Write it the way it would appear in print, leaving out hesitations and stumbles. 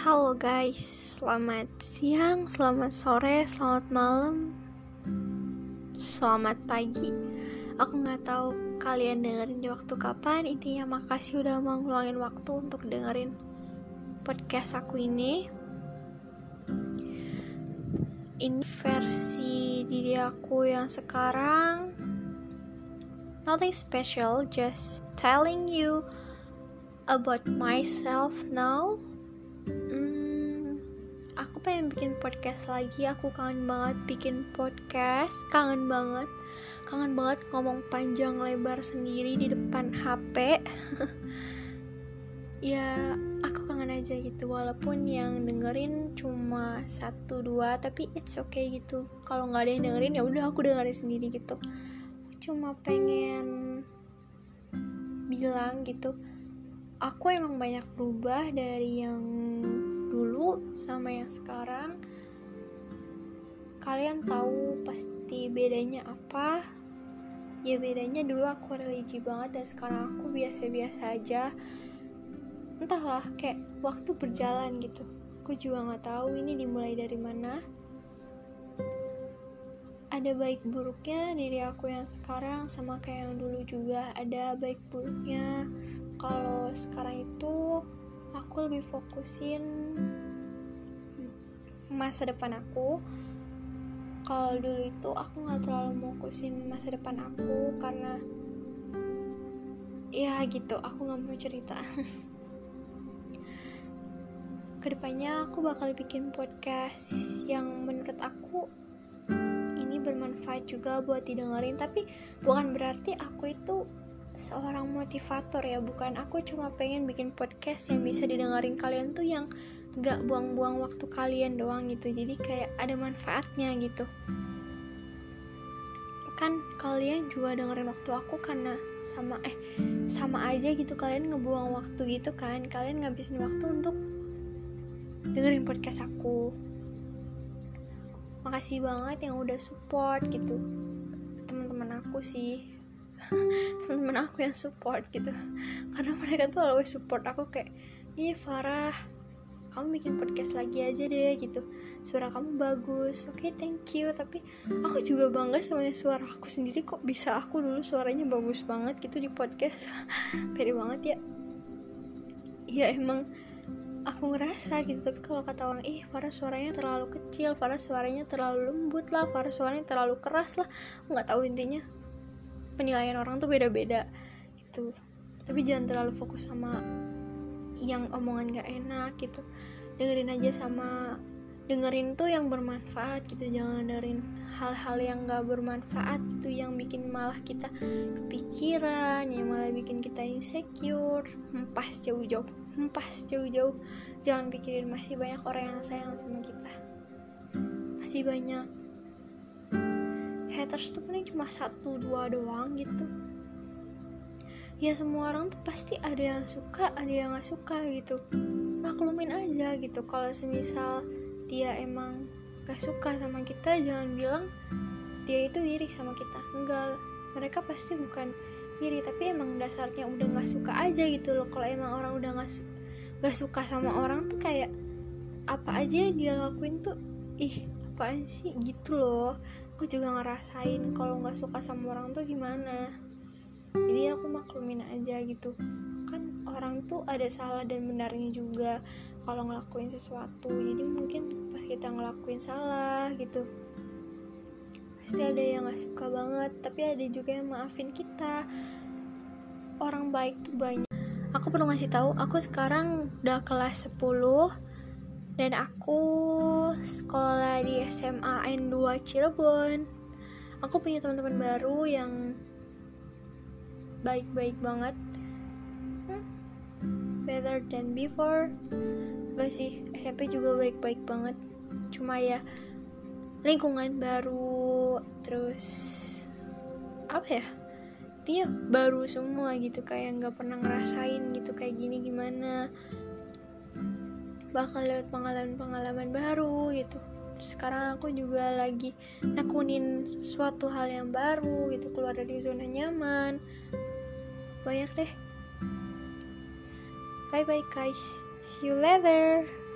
Halo guys, selamat siang, selamat sore, selamat malam, selamat pagi. Aku gak tahu kalian dengerin di waktu kapan. Intinya makasih udah mau ngeluangin waktu untuk dengerin podcast aku ini. Ini versi diri aku yang sekarang. Nothing special, just telling you about myself now. Aku pengen bikin podcast lagi. Aku kangen banget bikin podcast. Kangen banget ngomong panjang lebar sendiri di depan HP. Ya, aku kangen aja gitu. Walaupun yang dengerin cuma 1-2, tapi it's okay gitu. Kalau nggak ada yang dengerin, ya udah aku dengerin sendiri gitu. Aku cuma pengen bilang gitu, aku emang banyak berubah dari yang dulu sama yang sekarang. Kalian tahu pasti bedanya apa? Ya bedanya dulu aku religi banget dan sekarang aku biasa-biasa aja. Entahlah, kayak waktu berjalan gitu. Aku juga nggak tahu ini dimulai dari mana. Ada baik buruknya diri aku yang sekarang sama kayak yang dulu juga. Ada baik buruknya. Kalau sekarang itu aku lebih fokusin masa depan aku. Kalau dulu itu aku gak terlalu fokusin masa depan aku karena ya gitu, aku gak mau cerita. Kedepannya aku bakal bikin podcast yang menurut aku ini bermanfaat juga buat didengerin. Tapi bukan berarti aku itu seorang motivator ya, bukan. Aku cuma pengen bikin podcast yang bisa didengerin kalian tuh yang gak buang-buang waktu kalian doang gitu. Jadi kayak ada manfaatnya gitu. Kan kalian juga dengerin waktu aku karena sama aja gitu, kalian ngebuang waktu gitu kan. Kalian ngabisin waktu untuk dengerin podcast aku. Makasih banget yang udah support gitu. Teman-teman aku sih. Teman-teman aku yang support gitu. Karena mereka tuh always support aku kayak, "Ih Farah, kamu bikin podcast lagi aja deh gitu. Suara kamu bagus." Oke, thank you. Tapi aku juga bangga sama suara aku sendiri. Kok bisa aku dulu suaranya bagus banget gitu di podcast. Pede banget ya. Ya emang aku ngerasa gitu. Tapi kalau kata orang, Farah suaranya terlalu kecil, Farah suaranya terlalu lembut lah, Farah suaranya terlalu keras lah. Aku gak tahu, intinya penilaian orang tuh beda-beda gitu. Tapi jangan terlalu fokus sama yang omongan gak enak gitu. Dengerin tuh yang bermanfaat gitu. Jangan dengerin hal-hal yang gak bermanfaat gitu, yang bikin malah kita kepikiran, yang malah bikin kita insecure. Hempas jauh-jauh. Jangan pikirin, masih banyak orang yang sayang sama kita. Masih banyak. Haters tuh paling cuma 1-2 doang gitu. Ya semua orang tuh pasti ada yang suka, ada yang gak suka gitu. Maklumin aja gitu. Kalau semisal dia emang gak suka sama kita, jangan bilang dia itu iri sama kita. Enggak, mereka pasti bukan iri, tapi emang dasarnya udah gak suka aja gitu loh. Kalau emang orang udah gak suka sama orang tuh kayak apa aja yang dia lakuin tuh apaan sih gitu loh. Aku juga ngerasain kalau gak suka sama orang tuh gimana. Jadi aku maklumin aja gitu. Kan orang tuh ada salah dan benarnya juga kalau ngelakuin sesuatu. Jadi mungkin pas kita ngelakuin salah gitu, pasti ada yang gak suka banget, tapi ada juga yang maafin kita. Orang baik tuh banyak. Aku perlu ngasih tahu, aku sekarang udah kelas 10 dan aku sekolah di SMA N2 Cirebon. Aku punya teman-teman baru yang baik-baik banget. Better than before. Gak sih, SMP juga baik-baik banget. Cuma ya lingkungan baru, terus dia baru semua gitu, kayak gak pernah ngerasain gitu kayak gini gimana. Bakal lewat pengalaman-pengalaman baru gitu. Sekarang aku juga lagi nakunin suatu hal yang baru gitu, keluar dari zona nyaman. Banyak deh. Bye bye guys, see you later.